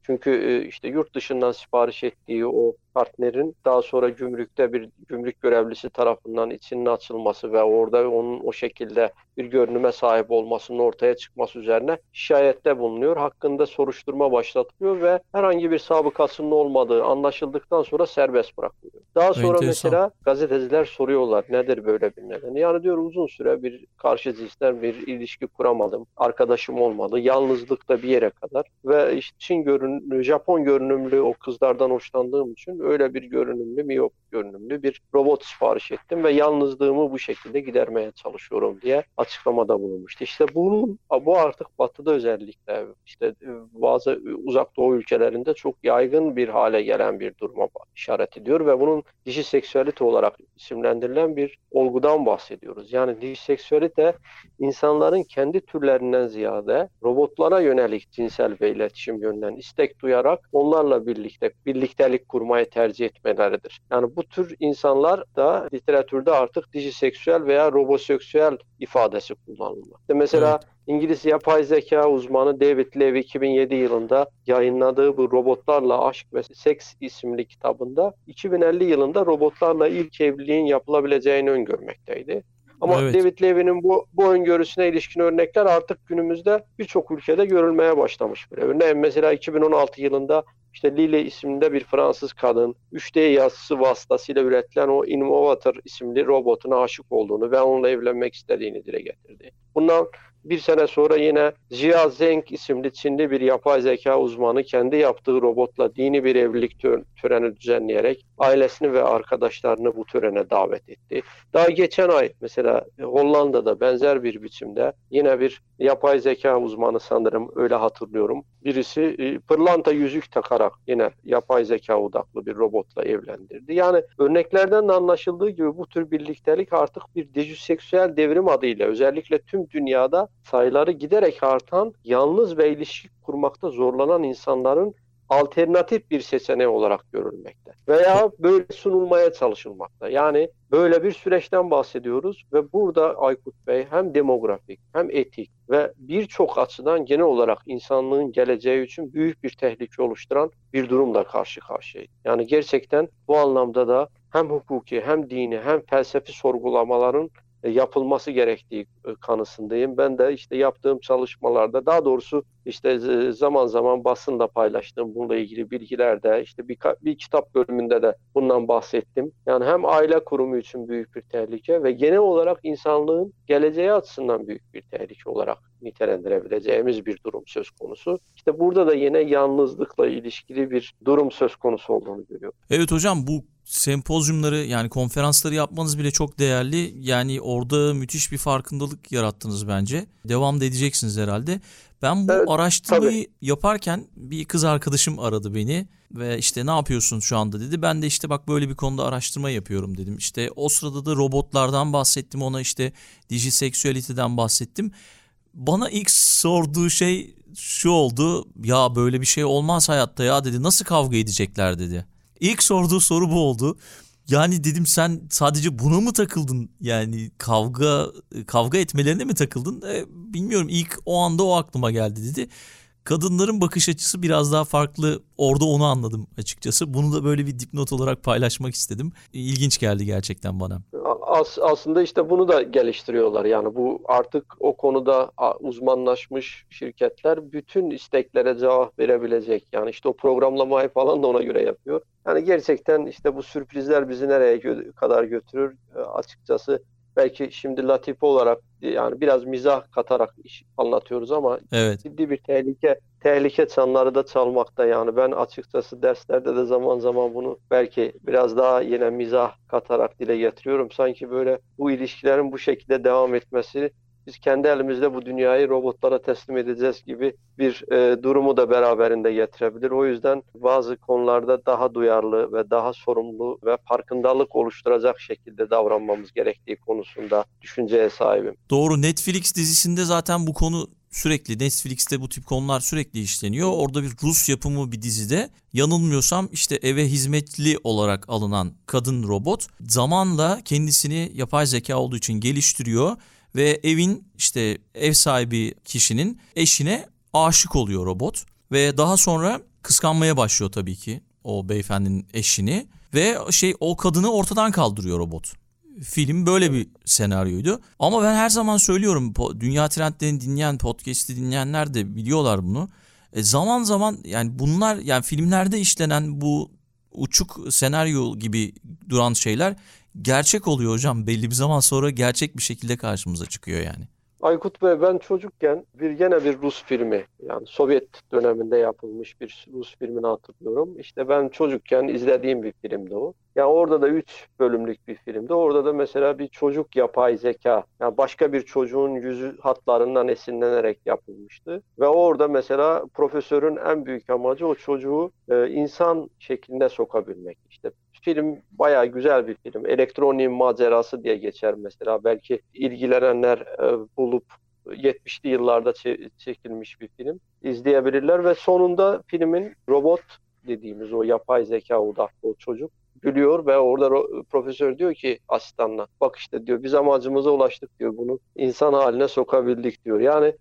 Çünkü işte yurt dışından sipariş ettiği o partnerin daha sonra gümrükte bir gümrük görevlisi tarafından içinin açılması ve orada onun o şekilde bir görünüme sahip olmasının ortaya çıkması üzerine şikayette bulunuyor. Hakkında soruşturma başlatılıyor ve herhangi bir sabıkasının olmadığı anlaşıldıktan sonra serbest bırakılıyor. Daha sonra mesela gazeteciler soruyorlar nedir böyle bir nedeni? Yani diyor uzun süre bir karşı cinsten bir ilişki kuramadım. Arkadaşım olmadı. Yalnızlıkta bir yere kadar ve işte Japon görünümlü o kızlardan hoşlandığım için öyle bir görünümlü, miyop görünümlü bir robot sipariş ettim ve yalnızlığımı bu şekilde gidermeye çalışıyorum diye açıklamada bulunmuştu. İşte bu artık Batı'da özellikle işte bazı uzak doğu ülkelerinde çok yaygın bir hale gelen bir duruma işaret ediyor ve bunun dişi seksüalite olarak isimlendirilen bir olgudan bahsediyoruz. Yani dişi seksüalite insanların kendi türlerinden ziyade robotlara yönelik cinsel ve iletişim yönünden istek duyarak onlarla birliktelik kurmayı tercih etmeleridir. Yani bu tür insanlar da literatürde artık dijiseksüel veya roboseksüel ifadesi kullanılıyor. İşte mesela İngiliz yapay zeka uzmanı David Levy 2007 yılında yayınladığı bu Robotlarla Aşk ve Seks isimli kitabında 2050 yılında robotlarla ilk evliliğin yapılabileceğini öngörmekteydi. Ama David Levy'nin bu öngörüsüne ilişkin örnekler artık günümüzde birçok ülkede görülmeye başlamış. Örneğin mesela 2016 yılında işte Lily isminde bir Fransız kadın 3D yazısı vasıtasıyla üretilen o Innovator isimli robotuna aşık olduğunu ve onunla evlenmek istediğini dile getirdi. Bundan bir sene sonra yine Jia Zheng isimli Çinli bir yapay zeka uzmanı kendi yaptığı robotla dini bir evlilik töreni düzenleyerek ailesini ve arkadaşlarını bu törene davet etti. Daha geçen ay mesela Hollanda'da benzer bir biçimde yine bir yapay zeka uzmanı sanırım öyle hatırlıyorum. Birisi pırlanta yüzük takarak yine yapay zeka odaklı bir robotla evlendirdi. Yani örneklerden de anlaşıldığı gibi bu tür birliktelik artık bir dijiseksüel devrim adıyla özellikle tüm dünyada sayıları giderek artan, yalnız ve ilişki kurmakta zorlanan insanların alternatif bir seçeneği olarak görülmekte. Veya böyle sunulmaya çalışılmakta. Yani böyle bir süreçten bahsediyoruz ve burada Aykut Bey hem demografik hem etik ve birçok açıdan genel olarak insanlığın geleceği için büyük bir tehlike oluşturan bir durumla karşı karşıyayız. Yani gerçekten bu anlamda da hem hukuki hem dini hem felsefi sorgulamaların yapılması gerektiği kanısındayım. Ben de işte yaptığım çalışmalarda daha doğrusu işte zaman zaman basında paylaştığım bununla ilgili bilgilerde işte bir kitap bölümünde de bundan bahsettim. Yani hem aile kurumu için büyük bir tehlike ve genel olarak insanlığın geleceği açısından büyük bir tehlike olarak nitelendirebileceğimiz bir durum söz konusu. İşte burada da yine yalnızlıkla ilişkili bir durum söz konusu olduğunu görüyorum. Evet hocam, bu sempozyumları yani konferansları yapmanız bile çok değerli. Yani orada müthiş bir farkındalık yarattınız bence. Devam da edeceksiniz herhalde. Ben bu araştırmayı yaparken bir kız arkadaşım aradı beni ve işte ne yapıyorsun şu anda dedi. Ben de işte bak böyle bir konuda araştırma yapıyorum dedim. İşte o sırada da robotlardan bahsettim ona, işte dijiseksüaliteden bahsettim. Bana ilk sorduğu şey şu oldu: ya böyle bir şey olmaz hayatta ya dedi, nasıl kavga edecekler dedi. İlk sorduğu soru bu oldu. Yani dedim sen sadece buna mı takıldın? Yani kavga etmelerine mi takıldın? Bilmiyorum, ilk o anda o aklıma geldi dedi. Kadınların bakış açısı biraz daha farklı. Orada onu anladım açıkçası. Bunu da böyle bir dipnot olarak paylaşmak istedim. İlginç geldi gerçekten bana. Aslında işte bunu da geliştiriyorlar. Yani bu artık o konuda uzmanlaşmış şirketler bütün isteklere cevap verebilecek. Yani işte o programlamayı falan da ona göre yapıyor. Yani gerçekten işte bu sürprizler bizi nereye kadar götürür açıkçası. Belki şimdi latife olarak yani biraz mizah katarak anlatıyoruz ama ciddi bir tehlike çanları da çalmakta. Yani ben açıkçası derslerde de zaman zaman bunu belki biraz daha yine mizah katarak dile getiriyorum. Sanki böyle bu ilişkilerin bu şekilde devam etmesi, biz kendi elimizde bu dünyayı robotlara teslim edeceğiz gibi bir durumu da beraberinde getirebilir. O yüzden bazı konularda daha duyarlı ve daha sorumlu ve farkındalık oluşturacak şekilde davranmamız gerektiği konusunda düşünceye sahibim. Doğru, Netflix dizisinde zaten bu konu sürekli, Netflix'te bu tip konular sürekli işleniyor. Orada bir Rus yapımı bir dizide, yanılmıyorsam işte eve hizmetli olarak alınan kadın robot zamanla kendisini yapay zeka olduğu için geliştiriyor ve evin işte ev sahibi kişinin eşine aşık oluyor robot ve daha sonra kıskanmaya başlıyor tabii ki o beyefendinin eşini ve o kadını ortadan kaldırıyor robot. Film böyle bir senaryoydu. Ama ben her zaman söylüyorum, Dünya Trendlerini dinleyen, podcast'i dinleyenler de biliyorlar bunu. Zaman zaman yani bunlar, yani filmlerde işlenen bu uçuk senaryo gibi duran şeyler gerçek oluyor hocam. Belli bir zaman sonra gerçek bir şekilde karşımıza çıkıyor yani. Aykut Bey, ben çocukken gene bir Rus filmi, yani Sovyet döneminde yapılmış bir Rus filmini hatırlıyorum. İşte ben çocukken izlediğim bir filmdi o. Yani orada da 3 bölümlük bir filmdi. Orada da mesela bir çocuk yapay zeka, yani başka bir çocuğun yüzü hatlarından esinlenerek yapılmıştı. Ve orada mesela profesörün en büyük amacı o çocuğu insan şekline sokabilmek. İşte film bayağı güzel bir film. Elektronik macerası diye geçer mesela. Belki ilgilenenler bulup 70'li yıllarda çekilmiş bir film izleyebilirler ve sonunda filmin robot dediğimiz o yapay zeka odaklı o çocuk gülüyor ve orada profesör diyor ki asistanla, bak işte diyor, biz amacımıza ulaştık diyor, bunu insan haline sokabildik diyor. Yani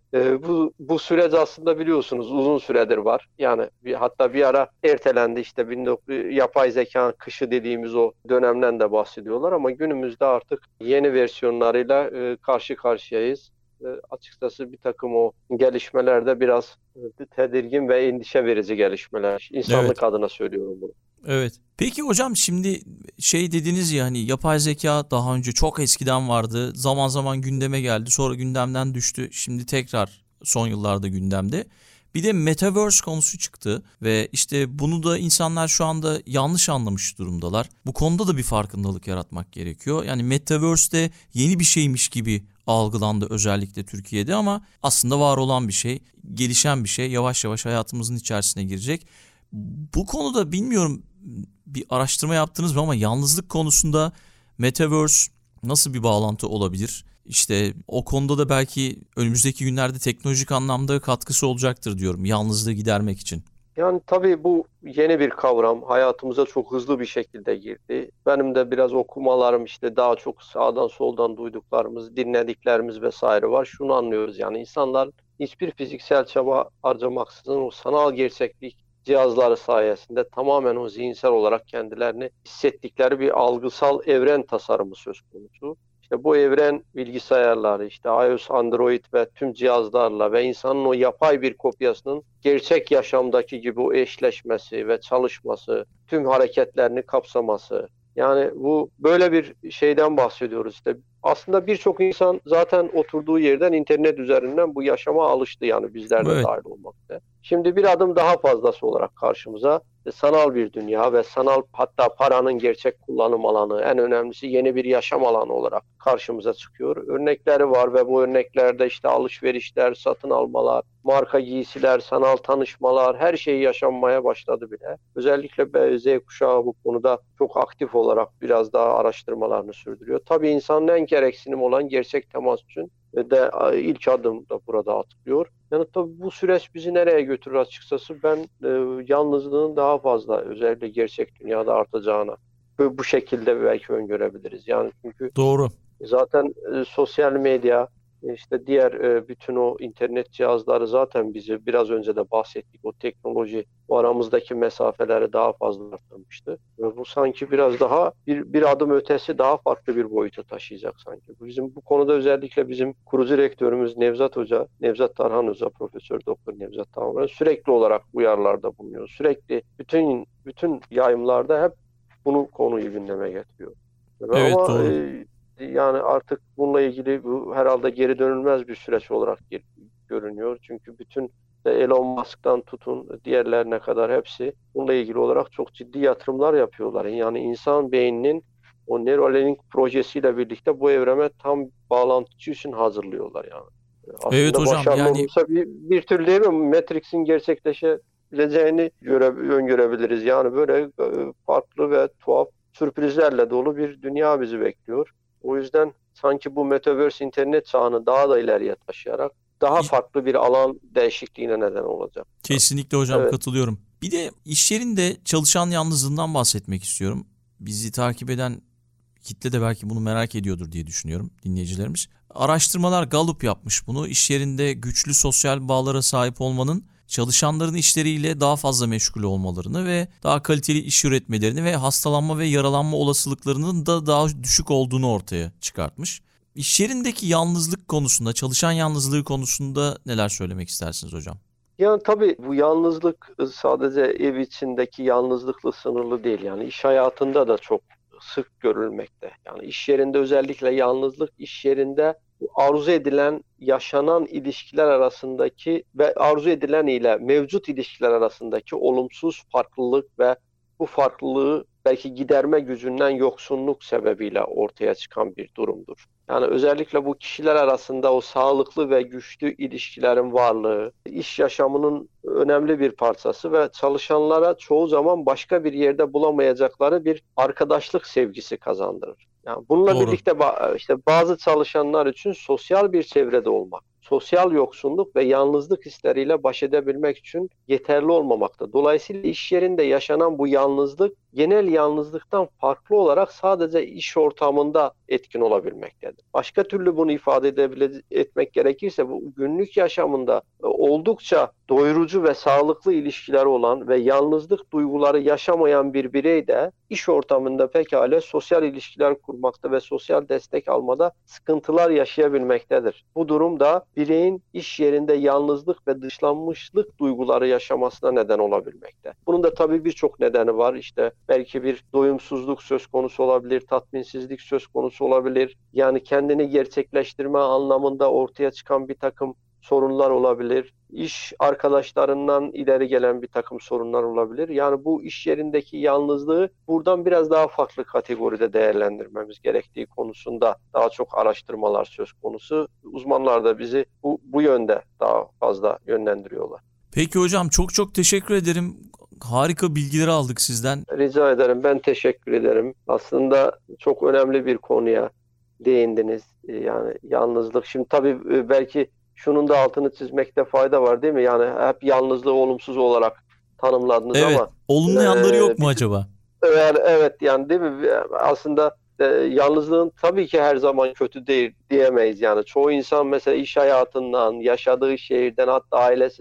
bu süreç aslında biliyorsunuz uzun süredir var. Yani hatta bir ara ertelendi, işte yapay zeka kışı dediğimiz o dönemden de bahsediyorlar ama günümüzde artık yeni versiyonlarıyla karşı karşıyayız. Açıkçası bir takım o gelişmelerde biraz tedirgin ve endişe verici gelişmeler. İnsanlık adına söylüyorum bunu. Evet. Peki hocam, şimdi dediniz ya, hani yapay zeka daha önce çok eskiden vardı. Zaman zaman gündeme geldi. Sonra gündemden düştü. Şimdi tekrar son yıllarda gündemde. Bir de Metaverse konusu çıktı ve işte bunu da insanlar şu anda yanlış anlamış durumdalar. Bu konuda da bir farkındalık yaratmak gerekiyor. Yani Metaverse de yeni bir şeymiş gibi algılandı özellikle Türkiye'de ama aslında var olan bir şey, gelişen bir şey, yavaş yavaş hayatımızın içerisine girecek. Bu konuda bilmiyorum bir araştırma yaptınız mı ama yalnızlık konusunda Metaverse nasıl bir bağlantı olabilir? İşte o konuda da belki önümüzdeki günlerde teknolojik anlamda katkısı olacaktır diyorum, yalnızlığı gidermek için. Yani tabii bu yeni bir kavram, hayatımıza çok hızlı bir şekilde girdi. Benim de biraz okumalarım, işte daha çok sağdan soldan duyduklarımız, dinlediklerimiz vesaire var. Şunu anlıyoruz, yani insanlar hiçbir fiziksel çaba harcamaksızın o sanal gerçeklik cihazları sayesinde tamamen o zihinsel olarak kendilerini hissettikleri bir algısal evren tasarımı söz konusu. İşte bu evren bilgisayarları, işte iOS, Android ve tüm cihazlarla ve insanın o yapay bir kopyasının gerçek yaşamdaki gibi o eşleşmesi ve çalışması, tüm hareketlerini kapsaması. Yani bu böyle bir şeyden bahsediyoruz işte. Aslında birçok insan zaten oturduğu yerden internet üzerinden bu yaşama alıştı, yani bizler de Evet. dahil olmak üzere. Şimdi bir adım daha fazlası olarak karşımıza sanal bir dünya ve sanal, hatta paranın gerçek kullanım alanı, en önemlisi yeni bir yaşam alanı olarak karşımıza çıkıyor. Örnekleri var ve bu örneklerde işte alışverişler, satın almalar, marka giysiler, sanal tanışmalar, her şey yaşanmaya başladı bile. Özellikle Z kuşağı bu konuda çok aktif olarak biraz daha araştırmalarını sürdürüyor. Tabii insanın en gereksinim olan gerçek temas için de ilk adım da burada atılıyor. Yani tabii bu süreç bizi nereye götürür açıkçası, ben yalnızlığın daha fazla özellikle gerçek dünyada artacağına bu şekilde belki öngörebiliriz. Yani çünkü Doğru. zaten sosyal medya, işte diğer bütün o internet cihazları zaten bizi, biraz önce de bahsettik, o teknoloji o aramızdaki mesafeleri daha fazla arttırmıştı. Ve bu sanki biraz daha bir adım ötesi, daha farklı bir boyuta taşıyacak sanki. Bizim bu konuda özellikle bizim kurucu rektörümüz Nevzat Tarhan Hoca, Profesör Doktor Nevzat Tarhan Hoca sürekli olarak uyarılarda bulunuyor. Sürekli bütün yayımlarda hep bunu konuyu gündeme getiriyor. Evet, ama doğru. yani artık bununla ilgili bu herhalde geri dönülmez bir süreç olarak görünüyor. Çünkü bütün Elon Musk'tan tutun diğerlerine kadar hepsi bununla ilgili olarak çok ciddi yatırımlar yapıyorlar. Yani insan beyninin o Neuralink projesiyle birlikte bu evreme tam bağlantıcı için hazırlıyorlar yani. Evet Aslında hocam, başarılı yani olursa bir tür değil mi Matrix'in gerçekleşebileceğini öngörebiliriz. Yani böyle farklı ve tuhaf sürprizlerle dolu bir dünya bizi bekliyor. O yüzden sanki bu Metaverse internet çağını daha da ileriye taşıyarak daha farklı bir alan değişikliğine neden olacak. kesinlikle hocam, Evet. katılıyorum. Bir de iş yerinde çalışan yalnızlığından bahsetmek istiyorum. Bizi takip eden kitle de belki bunu merak ediyordur diye düşünüyorum, dinleyicilerimiz. Araştırmalar, Gallup yapmış bunu. İş yerinde güçlü sosyal bağlara sahip olmanın çalışanların işleriyle daha fazla meşgul olmalarını ve daha kaliteli iş üretmelerini ve hastalanma ve yaralanma olasılıklarının da daha düşük olduğunu ortaya çıkartmış. İş yerindeki yalnızlık konusunda, çalışan yalnızlığı konusunda neler söylemek istersiniz hocam? Yani tabii bu yalnızlık sadece ev içindeki yalnızlıkla sınırlı değil. Yani iş hayatında da çok sık görülmekte. Yani iş yerinde özellikle yalnızlık, iş yerinde arzu edilen, yaşanan ilişkiler arasındaki ve arzu edilen ile mevcut ilişkiler arasındaki olumsuz farklılık ve bu farklılığı belki giderme gücünden yoksunluk sebebiyle ortaya çıkan bir durumdur. Yani özellikle bu kişiler arasında o sağlıklı ve güçlü ilişkilerin varlığı, iş yaşamının önemli bir parçası ve çalışanlara çoğu zaman başka bir yerde bulamayacakları bir arkadaşlık sevgisi kazandırır. Yani bununla Doğru. birlikte işte bazı çalışanlar için sosyal bir çevrede olmak, sosyal yoksunluk ve yalnızlık hisleriyle baş edebilmek için yeterli olmamakta. Dolayısıyla iş yerinde yaşanan bu yalnızlık genel yalnızlıktan farklı olarak sadece iş ortamında etkin olabilmektedir. Başka türlü bunu ifade etmek gerekirse bu günlük yaşamında oldukça doyurucu ve sağlıklı ilişkiler olan ve yalnızlık duyguları yaşamayan bir birey de iş ortamında pekala sosyal ilişkiler kurmakta ve sosyal destek almada sıkıntılar yaşayabilmektedir. Bu durum da bireyin iş yerinde yalnızlık ve dışlanmışlık duyguları yaşamasına neden olabilmekte. Bunun da tabii birçok nedeni var. İşte belki bir doyumsuzluk söz konusu olabilir, tatminsizlik söz konusu olabilir. Yani kendini gerçekleştirme anlamında ortaya çıkan bir takım sorunlar olabilir. İş arkadaşlarından ileri gelen bir takım sorunlar olabilir. Yani bu iş yerindeki yalnızlığı buradan biraz daha farklı kategoride değerlendirmemiz gerektiği konusunda daha çok araştırmalar söz konusu. Uzmanlar da bizi bu yönde daha fazla yönlendiriyorlar. Peki hocam, çok teşekkür ederim. Harika bilgileri aldık sizden. Rica ederim. Ben teşekkür ederim. Aslında çok önemli bir konuya değindiniz. Yani yalnızlık. Şimdi tabii belki şunun da altını çizmekte fayda var, değil mi? Yani hep yalnızlığı olumsuz olarak tanımladınız, Evet, ama olumlu yanları yok mu acaba? evet, yani değil mi? Aslında yalnızlığın tabii ki her zaman kötü değil diyemeyiz. Yani çoğu insan mesela iş hayatından, yaşadığı şehirden, hatta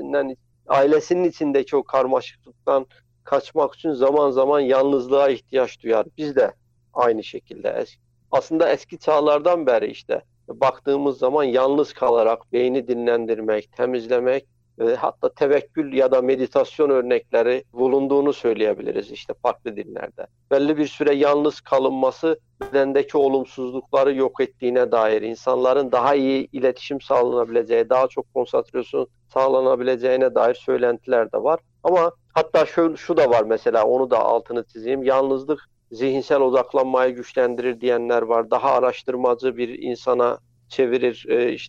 ailesinin içindeki o karmaşıklıktan kaçmak için zaman zaman yalnızlığa ihtiyaç duyar. Biz de aynı şekilde. Aslında eski çağlardan beri işte baktığımız zaman yalnız kalarak beyni dinlendirmek, temizlemek, hatta tevekkül ya da meditasyon örnekleri bulunduğunu söyleyebiliriz işte farklı dinlerde. Belli bir süre yalnız kalınması bedendeki olumsuzlukları yok ettiğine dair, insanların daha iyi iletişim sağlanabileceği, daha çok konsantrasyon sağlanabileceğine dair söylentiler de var. Ama hatta şu da var mesela, onu da altını çizeyim. Yalnızlık zihinsel odaklanmayı güçlendirir diyenler var. Daha araştırmacı bir insana çevirir,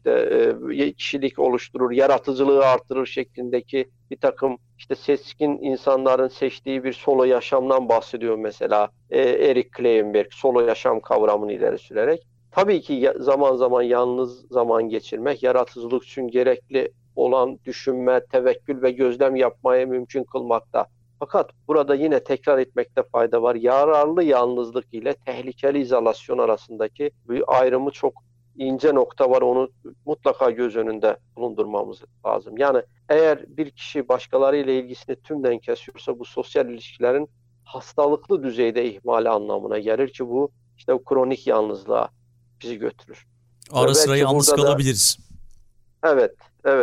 kişilik oluşturur, yaratıcılığı artırır şeklindeki bir takım işte seçkin insanların seçtiği bir solo yaşamdan bahsediyor mesela Eric Kleienberg, solo yaşam kavramını ileri sürerek. Tabii ki zaman zaman yalnız zaman geçirmek yaratıcılık için gerekli olan düşünme, tevekkül ve gözlem yapmayı mümkün kılmakta. Fakat burada yine tekrar etmekte fayda var. Yararlı yalnızlık ile tehlikeli izolasyon arasındaki bir ayrımı çok ince nokta var. Onu mutlaka göz önünde bulundurmamız lazım. Yani eğer bir kişi başkalarıyla ilgisini tümden kesiyorsa bu sosyal ilişkilerin hastalıklı düzeyde ihmali anlamına gelir ki bu işte o kronik yalnızlığa bizi götürür. Ara sıra yalnız kalabiliriz. Evet.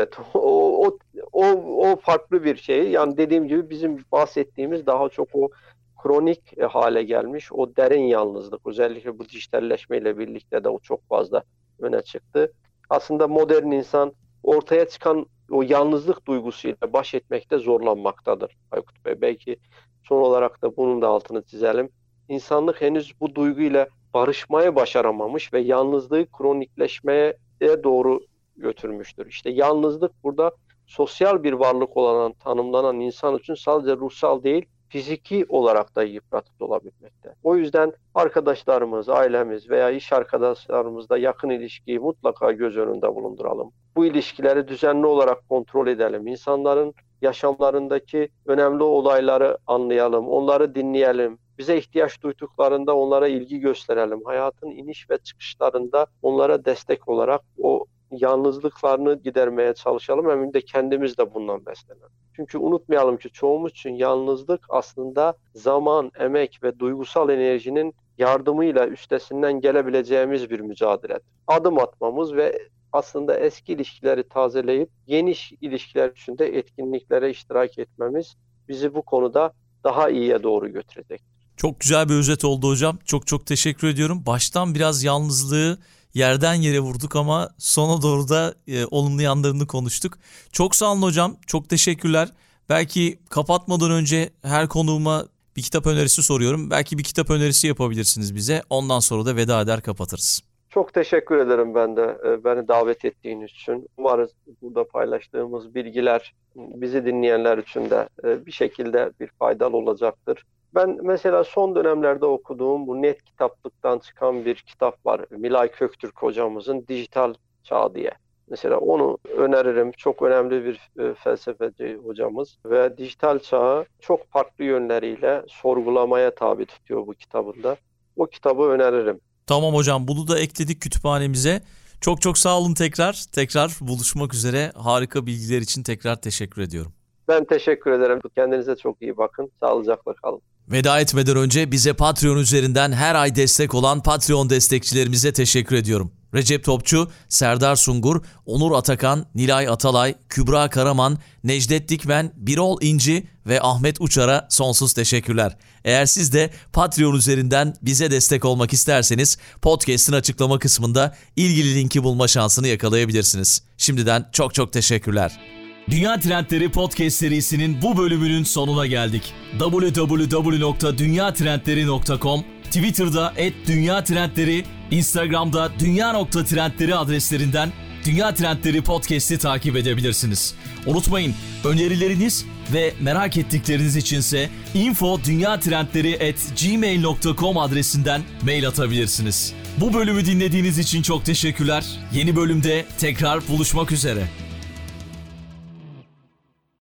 O farklı bir şey. Yani dediğim gibi bizim bahsettiğimiz daha çok o kronik hale gelmiş, o derin yalnızlık. Özellikle bu dijitalleşmeyle birlikte de o çok fazla öne çıktı. Aslında modern insan ortaya çıkan o yalnızlık duygusuyla baş etmekte zorlanmaktadır Aykut Bey. Belki son olarak da bunun da altını çizelim. İnsanlık henüz bu duyguyla barışmayı başaramamış ve yalnızlığı kronikleşmeye doğru götürmüştür. İşte yalnızlık burada sosyal bir varlık olan tanımlanan insan için sadece ruhsal değil, fiziki olarak da yıpratıcı olabilmekte. O yüzden arkadaşlarımız, ailemiz veya iş arkadaşlarımızla yakın ilişkiyi mutlaka göz önünde bulunduralım. Bu ilişkileri düzenli olarak kontrol edelim. İnsanların yaşamlarındaki önemli olayları anlayalım, onları dinleyelim. Bize ihtiyaç duyduklarında onlara ilgi gösterelim. Hayatın iniş ve çıkışlarında onlara destek olarak o yalnızlıklarını gidermeye çalışalım hem de kendimiz de bundan beslenelim. Çünkü unutmayalım ki çoğumuz için yalnızlık aslında zaman, emek ve duygusal enerjinin yardımıyla üstesinden gelebileceğimiz bir mücadele. Adım atmamız ve aslında eski ilişkileri tazeleyip yeni ilişkiler içinde etkinliklere iştirak etmemiz bizi bu konuda daha iyiye doğru götürecek. Çok güzel bir özet oldu hocam. Çok çok teşekkür ediyorum. Baştan biraz yalnızlığı yerden yere vurduk ama sona doğru da olumlu yanlarını konuştuk. Çok sağ olun hocam. Çok teşekkürler. Belki kapatmadan önce her konuğuma bir kitap önerisi soruyorum. Belki bir kitap önerisi yapabilirsiniz bize. Ondan sonra da veda eder kapatırız. Çok teşekkür ederim ben de beni davet ettiğiniz için. Umarız burada paylaştığımız bilgiler bizi dinleyenler için de bir şekilde bir faydalı olacaktır. Ben mesela son dönemlerde okuduğum bu Net Kitaplık'tan çıkan bir kitap var. Milay Köktürk hocamızın Dijital Çağ diye. Mesela onu öneririm. Çok önemli bir felsefeci hocamız ve dijital çağı çok farklı yönleriyle sorgulamaya tabi tutuyor bu kitabında. O kitabı öneririm. Tamam hocam, bunu da ekledik kütüphanemize. Çok çok sağ olun tekrar. Tekrar buluşmak üzere. Harika bilgiler için tekrar teşekkür ediyorum. Ben teşekkür ederim. Kendinize çok iyi bakın. Sağlıcakla kalın. Veda etmeden önce bize Patreon üzerinden her ay destek olan Patreon destekçilerimize teşekkür ediyorum. Recep Topçu, Serdar Sungur, Onur Atakan, Nilay Atalay, Kübra Karaman, Necdet Dikmen, Birol İnci ve Ahmet Uçar'a sonsuz teşekkürler. Eğer siz de Patreon üzerinden bize destek olmak isterseniz podcast'in açıklama kısmında ilgili linki bulma şansını yakalayabilirsiniz. Şimdiden çok çok teşekkürler. Dünya Trendleri Podcast serisinin bu bölümünün sonuna geldik. www.dünyatrendleri.com, Twitter'da @dünyatrendleri, Instagram'da dünya.trendleri adreslerinden Dünya Trendleri Podcast'i takip edebilirsiniz. Unutmayın, önerileriniz ve merak ettikleriniz içinse info@dünyatrendleri@gmail.com adresinden mail atabilirsiniz. Bu bölümü dinlediğiniz için çok teşekkürler. Yeni bölümde tekrar buluşmak üzere.